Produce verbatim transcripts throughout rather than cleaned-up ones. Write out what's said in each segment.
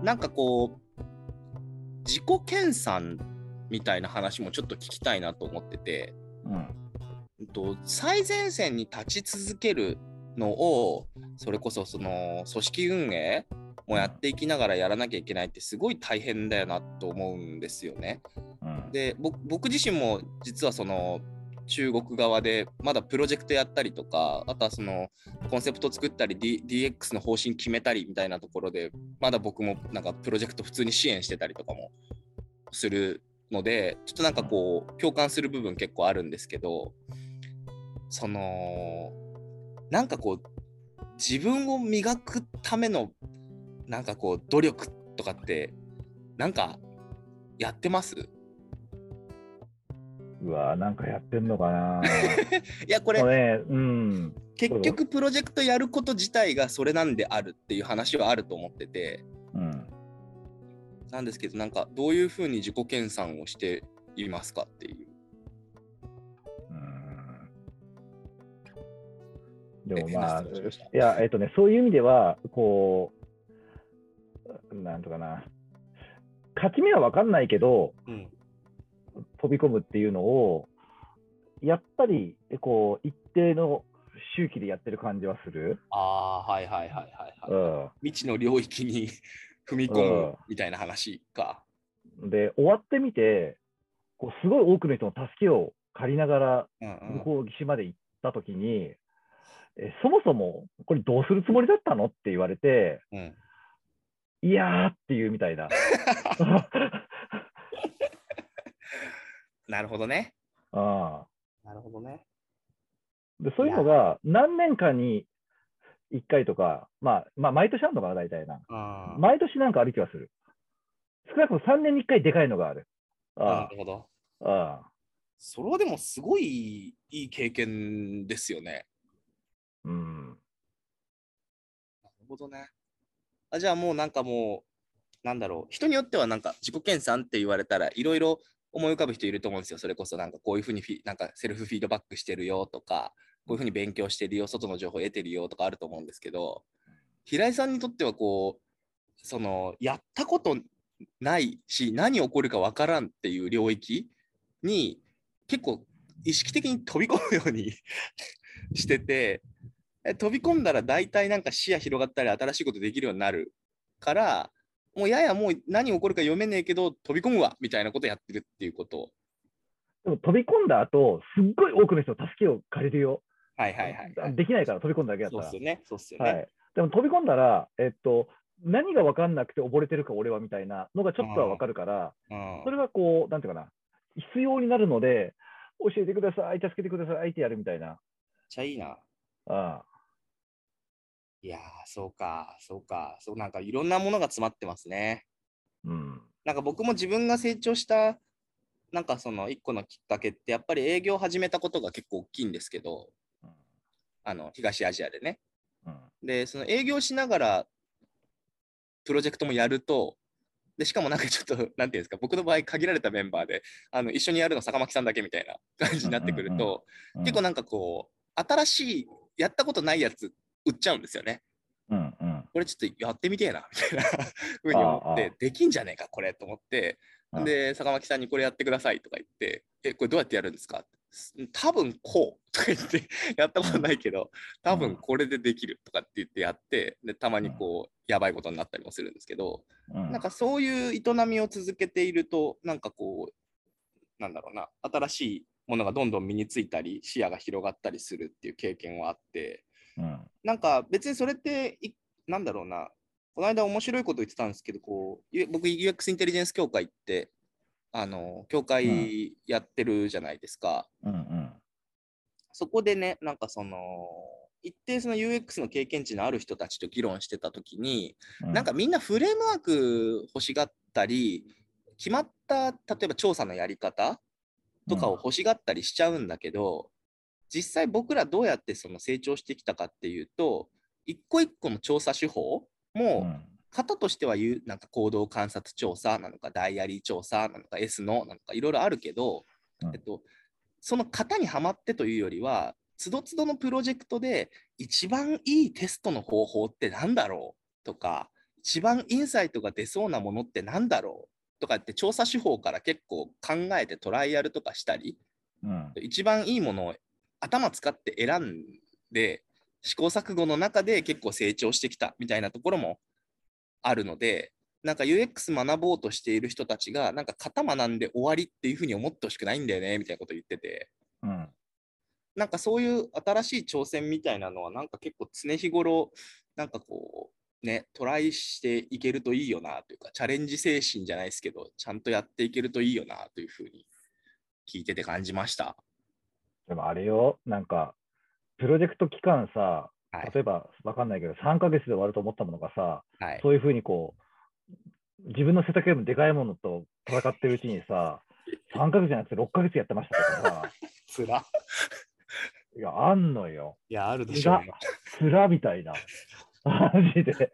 なんかこう自己研鑽みたいな話もちょっと聞きたいなと思ってて、うん、と最前線に立ち続けるのをそれこそその組織運営もやっていきながらやらなきゃいけないってすごい大変だよなと思うんですよね。うん、で僕自身も実はその中国側でまだプロジェクトやったりとか、あとはそのコンセプト作ったり、D、ディーエックス の方針決めたりみたいなところでまだ僕もなんかプロジェクト普通に支援してたりとかもするので、ちょっとなんかこう共感する部分結構あるんですけど、そのなんかこう自分を磨くためのなんかこう努力とかってなんかやってます？ うわ、なんかやってんのかな。 いやこれ、 ね、うん、 結局プロジェクトやること自体がそれなんであるっていう話はあると思ってて、うん、なんですけど、なんかどういうふうに自己研鑽をしていますかっていう。 うん、でもまあ、いや、えっとね、そういう意味では、こう、なんとかな、勝ち目は分かんないけど、うん、飛び込むっていうのを、やっぱりこう一定の周期でやってる感じはする。 ああ、はいはいはいはい、はいうん、未知の領域に踏み込むみたいな話か。 うん、で、終わってみて、こうすごい多くの人の助けを借りながら向こう岸まで行ったときに、うんうん、えそもそもこれどうするつもりだったのって言われて、うん、いやーっていうみたいな。 なるほどね。 ああ、なるほどね。 でそういうのが何年間にいっかいとか、まあ、まあ毎年あるのかな、大体な。毎年なんかある気がする。少なくともさんねんにいっかいでかいのがある。ああ、 なるほど。 ああ、 それはでもすごいいい経験ですよね。 うん。 なるほどね。あ、じゃあもうなんかもう、なんだろう、人によってはなんか自己研鑽って言われたらいろいろ思い浮かぶ人いると思うんですよ。それこそなんかこういうふうにフィなんかセルフフィードバックしてるよとか、こういうふうに勉強してるよ、外の情報得てるよとかあると思うんですけど、平井さんにとってはこう、そのやったことないし、何起こるかわからんっていう領域に結構意識的に飛び込むようにしてて、飛び込んだら大体なんか視野広がったり新しいことできるようになるから、もうややもう何起こるか読めねえけど飛び込むわみたいなことやってるっていうこと。 でも飛び込んだ後、すっごい多くの人の助けを借りるよ。 はいはいはい、はい、 できないから飛び込んだだけだったら。 そうっすよね。そうっすよね。はい。 でも飛び込んだら、えっと、何が分かんなくて溺れてるか俺はみたいなのがちょっとは分かるから、それはこう、なんていうかな、必要になるので、教えてください、助けてくださいってやるみたいな。めっちゃいいな。 ああ。 いやー、そうか、そうか、そうなんかいろんなものが詰まってますね。 うん。 なんか僕も自分が成長したなんかその一個のきっかけってやっぱり営業を始めたことが結構大きいんですけど、うん、あの東アジアでね、うん、でその営業しながらプロジェクトもやると、でしかもなんかちょっとなんていうんですか、僕の場合限られたメンバーであの一緒にやるの坂巻さんだけみたいな感じになってくると、うんうんうん、結構なんかこう新しいやったことないやつ売っちゃうんですよね。うんうん、これちょっとやってみてえなみたいなふうに思って、できんじゃねえかこれと思って、で坂巻さんにこれやってくださいとか言って、えこれどうやってやるんですか、多分こうとか言ってやったことないけど多分これでできるとかって言ってやって、でたまにこうやばいことになったりもするんですけど、なんかそういう営みを続けているとなんかこうなんだろうな、新しいものがどんどん身についたり視野が広がったりするっていう経験はあって、うん、なんか別にそれってなんだろうな、この間面白いこと言ってたんですけど、こう僕 ユーエックス インテリジェンス協会ってあの協会やってるじゃないですか、うんうんうん、そこでね、なんかその一定その ユーエックス の経験値のある人たちと議論してたときに、うん、なんかみんなフレームワーク欲しがったり、決まった例えば調査のやり方とかを欲しがったりしちゃうんだけど、うん、実際僕らどうやってその成長してきたかっていうと、一個一個の調査手法も、型としては言うなんか行動観察調査なのかダイアリー調査なのか S のなのかいろいろあるけど、うん、えっと、その型にはまってというよりはつどつどのプロジェクトで一番いいテストの方法ってなんだろうとか、 一番インサイトが出そうなものってなんだろうとかって調査手法から結構考えてトライアルとかしたり、うん、一番いいものを頭使って選んで試行錯誤の中で結構成長してきたみたいなところもあるので、なんか ユーエックス 学ぼうとしている人たちがなんか型学んで終わりっていうふうに思ってほしくないんだよねみたいなこと言ってて、うん、なんかそういう新しい挑戦みたいなのはなんか結構常日頃なんかこうねトライしていけるといいよなというか、チャレンジ精神じゃないですけどちゃんとやっていけるといいよなというふうに聞いてて感じました。 でもあれよ、なんかプロジェクト期間さ、例えばわかんないけどさんかげつで終わると思ったものがさ、はい、そういうふうにこう自分の背丈よりもでかいものと戦ってるうちにささんかげつじゃなくてろっかげつやってましたとかさつらいやあんのよ。 いやあるでしょうね。 つらみたいなマジで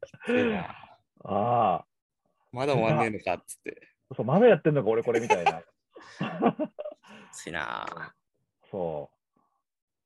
ああまだ終わんねえのかっつって。 そうまだやってんのか俺これみたいなつなそう。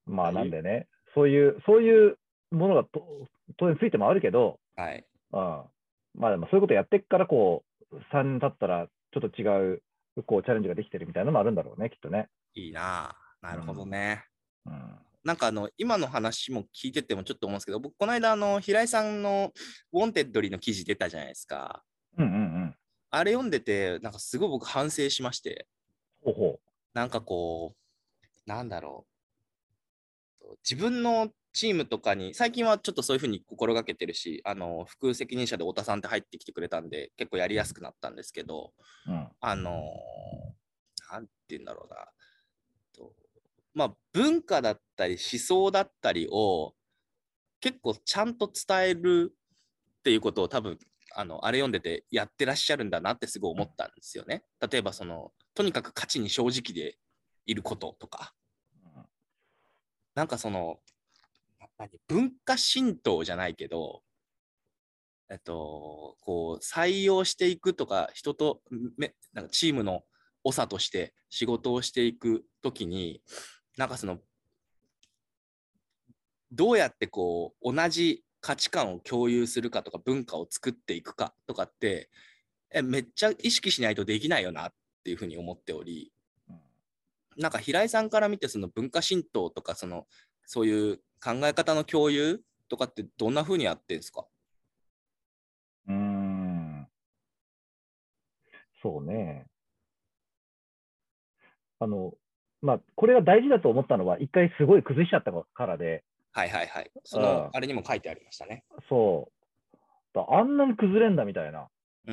まあなんでね、そういう、そういうものがと当然ついてもあるけど、 はい。 うん。まあでもそういうことやってっから、こう、さんねん経ったら、ちょっと違う、こう、チャレンジができてるみたいなのもあるんだろうね、きっとね。 いいななるほどね。 うん。うん、 なんかあの、今の話も聞いててもちょっと思うんですけど、僕、この間、あの、平井さんのウォンテッドリーの記事出たじゃないですか。 うんうんうん。 あれ読んでて、なんかすごい僕反省しまして。 ほうほう。 なんかこう、なんだろう。自分のチームとかに、最近はちょっとそういうふうに心がけてるし、あの、副責任者で太田さんって入ってきてくれたんで、結構やりやすくなったんですけど、うん、あの、なんて言うんだろうな。まあ、文化だったり思想だったりを結構ちゃんと伝えるっていうことを多分あのあれ読んでてやってらっしゃるんだなってすごい思ったんですよね。例えばそのとにかく価値に正直でいることとか、なんかその文化浸透じゃないけど、えっと、こう採用していくとか人とめなんかチームの長として仕事をしていくときになんかそのどうやってこう同じ価値観を共有するかとか文化を作っていくかとかってえめっちゃ意識しないとできないよなっていうふうに思っており、なんか平井さんから見てその文化浸透とかそのそういう考え方の共有とかってどんなふうにやってんですか？ うーんそうね。あのまあこれが大事だと思ったのは一回すごい崩しちゃったからで。 はいはいはい。そのあれにも書いてありましたね。 そうあんなに崩れんだみたいな、 うん、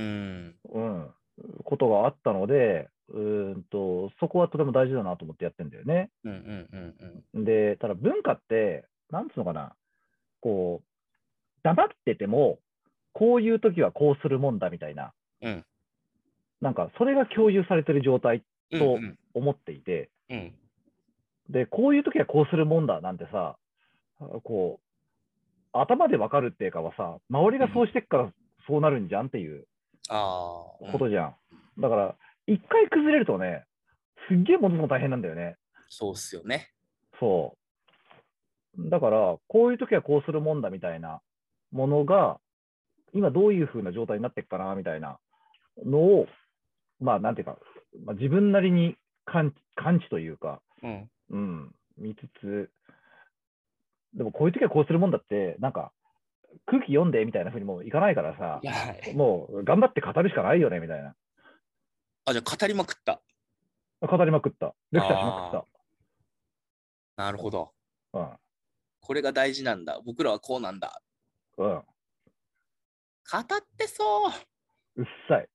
うん、ことがあったので、うんとそこはとても大事だなと思ってやってるんだよね。 うんうんうんうん、で、ただ文化って、なんつうのかな、こう、黙ってても、こういう時はこうするもんだみたいな、うん、なんかそれが共有されてる状態と思っていて、うんうんうん、で、こういう時はこうするもんだなんてさ、こう、頭で分かるっていうかはさ、周りがそうしてっからそうなるんじゃんっていうことじゃん。うん、だから、一回崩れるとね、すっげえ戻すの大変なんだよね。 そうっすよね。 そう。だから、こういう時はこうするもんだみたいなものが、今どういう風な状態になっていくかなみたいなのを、まあ、なんていうか、まあ、自分なりに感感知というか、うん、うん、見つつ、でもこういう時はこうするもんだって、なんか、空気読んでみたいな風にもういかないからさ、はい、もう頑張って語るしかないよねみたいな。 あ、じゃあ語りまくった。 語りまくった。レクチャーしまくった。 なるほど。 うん。 これが大事なんだ。僕らはこうなんだ。 うん。語ってそう。 うっさい。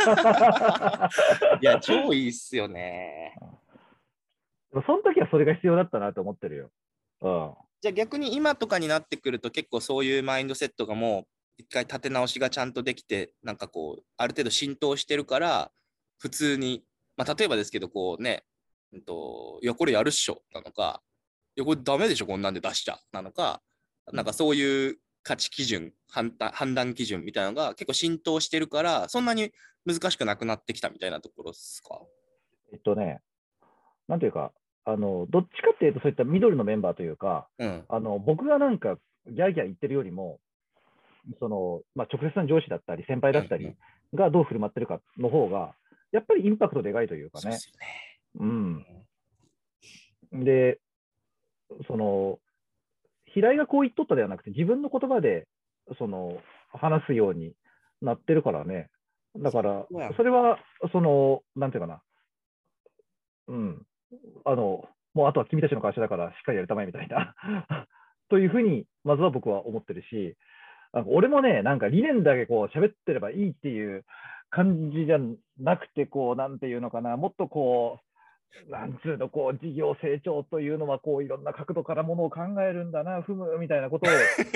いや、超いいっすよね。 その時はそれが必要だったなと思ってるよ。うん。 じゃあ逆に今とかになってくると結構そういうマインドセットがもう一回立て直しがちゃんとできて、なんかこう、ある程度浸透してるから、普通に、まあ例えばですけど、こうね、うんと、いや、これやるっしょ、なのか、いや、これダメでしょ、こんなんで出しちゃ、なのか、なんかそういう価値基準、判断、判断基準みたいなのが結構浸透してるから、そんなに難しくなくなってきたみたいなところですか？ えっとね、なんていうか、あのどっちかっていうと、そういった緑のメンバーというか、うん、あの僕がなんかギャーギャー言ってるよりも、 その、まあ、直接の上司だったり先輩だったりがどう振る舞ってるかの方がやっぱりインパクトでかいというかね。うん。で、その平井がこう言っとったではなくて自分の言葉でその話すようになってるからね。だからそれはそのなんていうかな、うん、あのもうあとは君たちの会社だからしっかりやるたまえみたいなというふうにまずは僕は思ってるし、俺もね、なんか理念だけこう喋ってればいいっていう感じじゃなくて、こう、なんていうのかな、もっとこう、なんつうの、こう、事業成長というのは、こう、いろんな角度からものを考えるんだな、ふむみたいなこと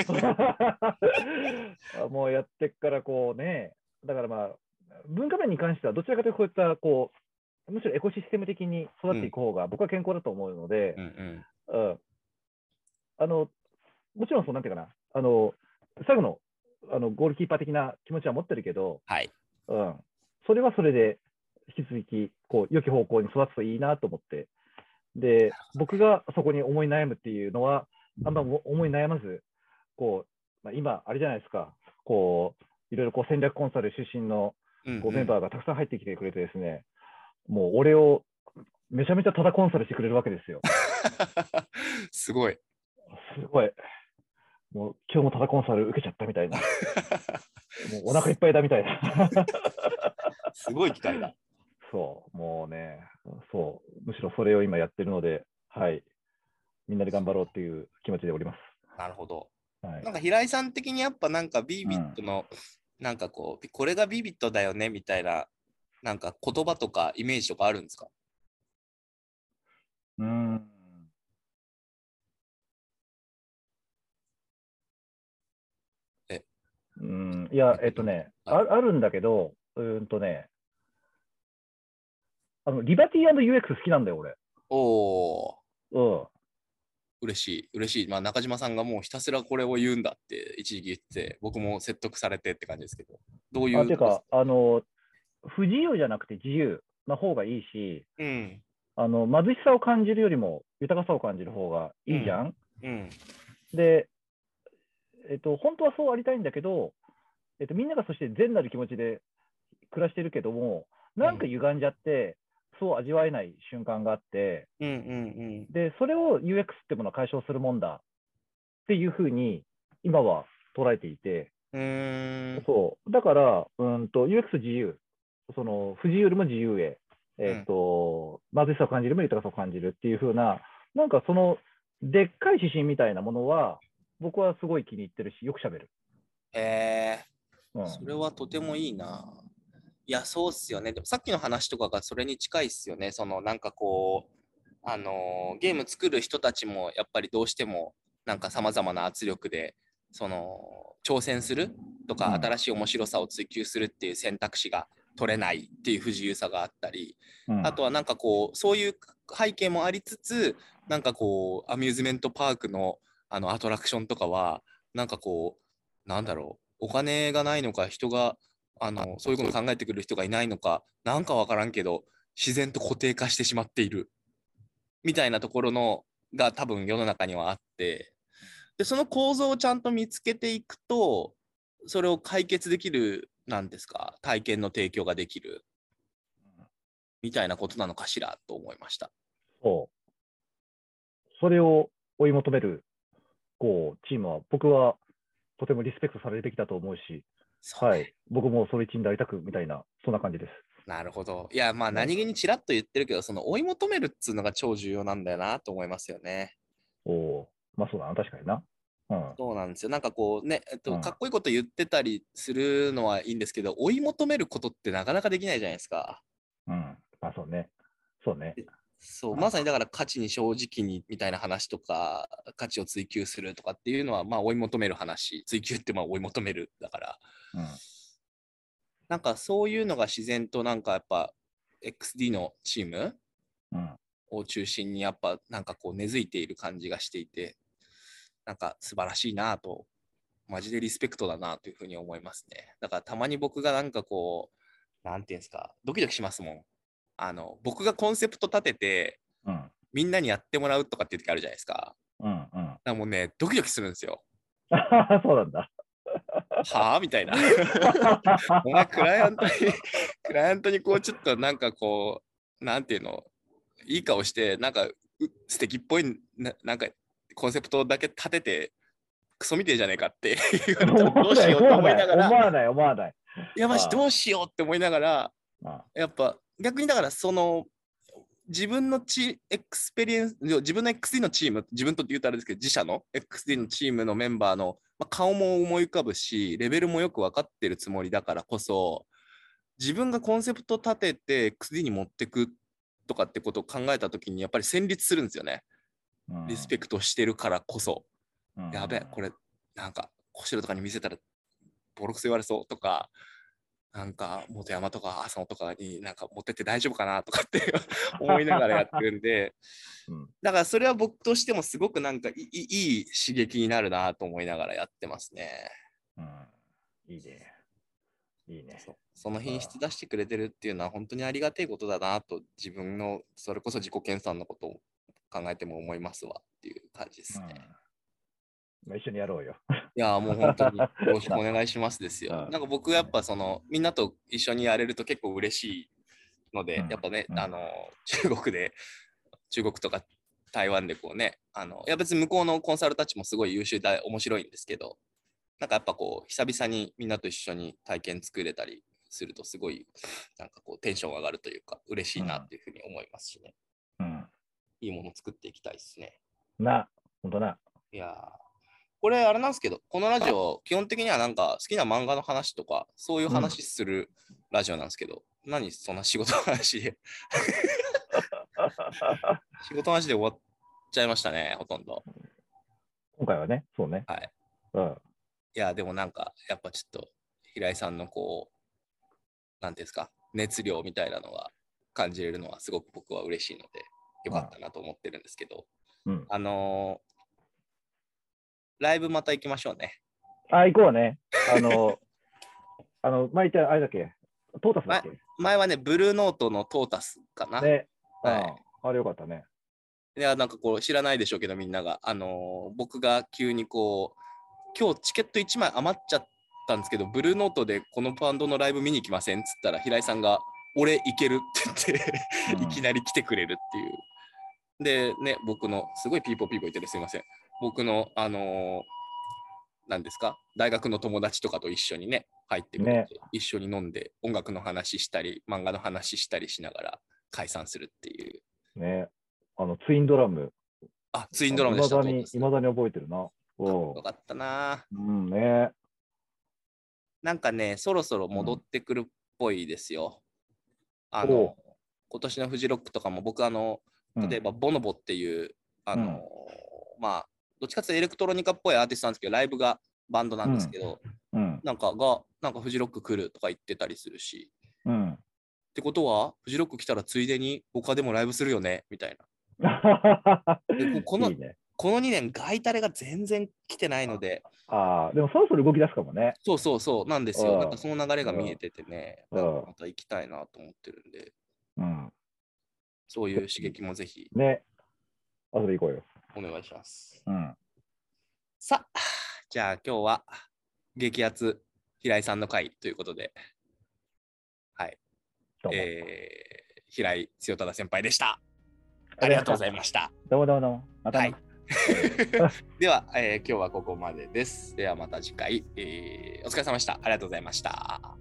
をもうやってっから、こうね、だからまあ、文化面に関しては、どちらかというと、こういった、こう、むしろエコシステム的に育っていく方が、僕は健康だと思うので、うんうん、あの、もちろん、そうなんていうかな、あの、最後のあのゴールキーパー的な気持ちは持ってるけど、 はいうん、それはそれで引き続きこう良き方向に育つといいなと思って、で僕がそこに思い悩むっていうのはあんま思い悩まず、こう、まあ、今あれじゃないですか、こういろいろこう戦略コンサル出身のこうメンバーがたくさん入ってきてくれてですね、うんうん、もう俺をめちゃめちゃただコンサルしてくれるわけですよ。 すごい。 すごい。もう今日もただコンサル受けちゃったみたいな。もうお腹いっぱいだみたいな。 すごい機会だ。 そう、もうね、そう、むしろそれを今やってるので、はい、みんなで頑張ろうっていう気持ちでおります。 なるほど。 はい、 なんか平井さん的にやっぱなんかビービットの、うん、なんかこう、これがビービットだよねみたいな、なんか言葉とかイメージとかあるんですか？ うーん。 えうん、いや、えっとね、はい、あ, あるんだけど、うんとね、あのリバティ&ユーエックス 好きなんだよ、俺。 おー。 うん。 嬉しい、嬉しい。まあ、中島さんがもうひたすらこれを言うんだって一時期言って、僕も説得されてって感じですけど、どういう。 あ、ていうか、あの、不自由じゃなくて自由な方がいいし、 うん、 あの貧しさを感じるよりも豊かさを感じる方がいいじゃん。 うんうん、 で、えっと、本当はそうありたいんだけど、えっと、みんながそして善なる気持ちで暮らしてるけども、なんか歪んじゃって、うん、そう味わえない瞬間があって、 うんうんうん、 で、それを ユーエックス ってものを解消するもんだっていうふうに今は捉えていて、 うーん、 そうだからうんと ユーエックス 自由、その不自由よりも自由へ、えっと、うん、貧しさを感じるも豊かさを感じるっていうふうな、なんかそのでっかい指針みたいなものは僕はすごい気に入ってるし、よくしゃべる。 へえ、うん、それはとてもいいな。いや、そうっすよね。でもさっきの話とかがそれに近いっすよね。そのなんかこう、あのー、ゲーム作る人たちもやっぱりどうしてもなんかさまざまな圧力でその挑戦するとか、うん、新しい面白さを追求するっていう選択肢が取れないっていう不自由さがあったり、うん、あとはなんかこうそういう背景もありつつ、なんかこうアミューズメントパークのあのアトラクションとかはなんかこうなんだろう、お金がないのか人があのそういうことを考えてくる人がいないのかなんか分からんけど自然と固定化してしまっているみたいなところのが多分世の中にはあって、でその構造をちゃんと見つけていくとそれを解決できるなんですか、体験の提供ができるみたいなことなのかしらと思いました。 そうそれを追い求めるこうチームは僕はとてもリスペクトされるべきだと思うし、う、ね、はい、僕もそれ一員でありたくみたいな、そんな感じです。 なるほど。いや、まあ何気にちらっと言ってるけど、その追い求めるっつうのが超重要なんだよなと思いますよね。 おお、まあそうだな、確かにな。うん、 そうなんですよ。なんかこうね、えっと、かっこいいこと言ってたりするのはいいんですけど、追い求めることってなかなかできないじゃないですか。 うん、まあそうね。そうね。 そう、まさにだから価値に正直にみたいな話とか、価値を追求するとかっていうのは、まあ追い求める話、追求ってまあ追い求めるだから、うん、なんかそういうのが自然となんかやっぱ エックスディー のチームを中心にやっぱなんかこう根付いている感じがしていて、なんか素晴らしいなと、マジでリスペクトだなというふうに思いますね。だからたまに僕がなんかこう、なんていうんですか、ドキドキしますもん。あの、僕がコンセプト立てて、うん、みんなにやってもらうとかっていう時あるじゃないですか。うんうん、だからもうね、ドキドキするんですよ。 そうなんだ。 はあみたいな。お前クライアントに、クライアントにこうちょっとなんかこう、なんていうの、いい顔して、なんか素敵っぽいな、なんかコンセプトだけ立てて、クソみてえじゃねえかって言われたらどうしようと思いながら、 思わない、思わない。 いや、マジどうしようって思いながら、やっぱ逆にだからその、自分のチエクスペリエンス、自分の エックスディー のチーム、自分と言うとあれですけど、自社の エックスディー のチームのメンバーの、まあ、顔も思い浮かぶし、レベルもよく分かってるつもりだからこそ、自分がコンセプト立てて エックスディー に持ってくとかってことを考えたときに、やっぱり戦慄するんですよね。うん、リスペクトしてるからこそ、うん、やべえ、これ、なんか、小城とかに見せたら、ボロクソ言われそうとか、なんか元山とか浅野とかになんか持ってって大丈夫かなとかって思いながらやってるんで、うん、だからそれは僕としてもすごくなんかいい、いい刺激になるなと思いながらやってますね。 うん、いいね。いいね。 そ, その品質出してくれてるっていうのは本当にありがたいことだなと、自分のそれこそ自己研鑽のことを考えても思いますわっていう感じですね。 うん、一緒にやろうよ。 いやもう本当によろしくお願いしますですよ。なんか僕やっぱそのみんなと一緒にやれると結構嬉しいので、うん、やっぱね、うん、あの中国で中国とか台湾でこうね、あのいや別に向こうのコンサルたちもすごい優秀で面白いんですけど、なんかやっぱこう久々にみんなと一緒に体験作れたりするとすごいなんかこうテンション上がるというか嬉しいなっていうふうに思いますしね。うん、いいもの作っていきたいですね。 な、本当な。 いやこれあれなんですけど、このラジオ基本的にはなんか好きな漫画の話とかそういう話するラジオなんですけど、うん、何そんな仕事の話で仕事の話で終わっちゃいましたね、ほとんど。 今回はね、そうね。 はい。 うん、 いやでもなんかやっぱちょっと平井さんのこうなんていうんですか熱量みたいなのが感じれるのはすごく僕は嬉しいのでよかったなと思ってるんですけど、うん、あのーライブまた行きましょうね。 あ、行こうね。あの、あの、前言ったあれだっけ、トータスだっけ、 前はね、ブルーノートのトータスかな。 ね。はい。あれよかったね。 いや、なんかこう、知らないでしょうけど、みんなが。あのー、僕が急にこう、今日チケットいちまい余っちゃったんですけど、ブルーノートでこのバンドのライブ見に行きませんっつったら、平井さんが、俺行けるって言って、うん、いきなり来てくれるっていう。で、ね、僕の、すごいピーポーピーポー言ってる、すいません。僕の、あのー、何ですか、大学の友達とかと一緒にね、入ってくれて、ね、一緒に飲んで、音楽の話したり、漫画の話したりしながら解散するっていう。 ね、あの、ツインドラム。 あ、ツインドラムでした。 いまだに、いまだに覚えてるな。 よかったな。 うんね。 なんかね、そろそろ戻ってくるっぽいですよ。うん、あの、今年のフジロックとかも僕、あの、例えばボノボっていう、うん、あの、うん、まあ、どっちかというとエレクトロニカっぽいアーティストなんですけど、ライブがバンドなんですけど、うん、なんかが、なんかフジロック来るとか言ってたりするし、うん、ってことは、フジロック来たらついでに他でもライブするよねみたいな。でこのいいね、このにねん、ガイタレが全然来てないので。 ああ、でもそろそろ動き出すかもね。 そうそうそう、なんですよ。なんかその流れが見えててね、また行きたいなと思ってるんで、うん、そういう刺激もぜひ。 ね、遊び行こうよ。 お願いします。 うん、 さあ、じゃあ今日は激アツ平井さんの回ということで、はい。えー、平井強忠先輩でした。ありがとうございました。 どうもどうもどうも。またね。 はいでは、えー、今日はここまでです。ではまた次回、えー、お疲れ様でした。ありがとうございました。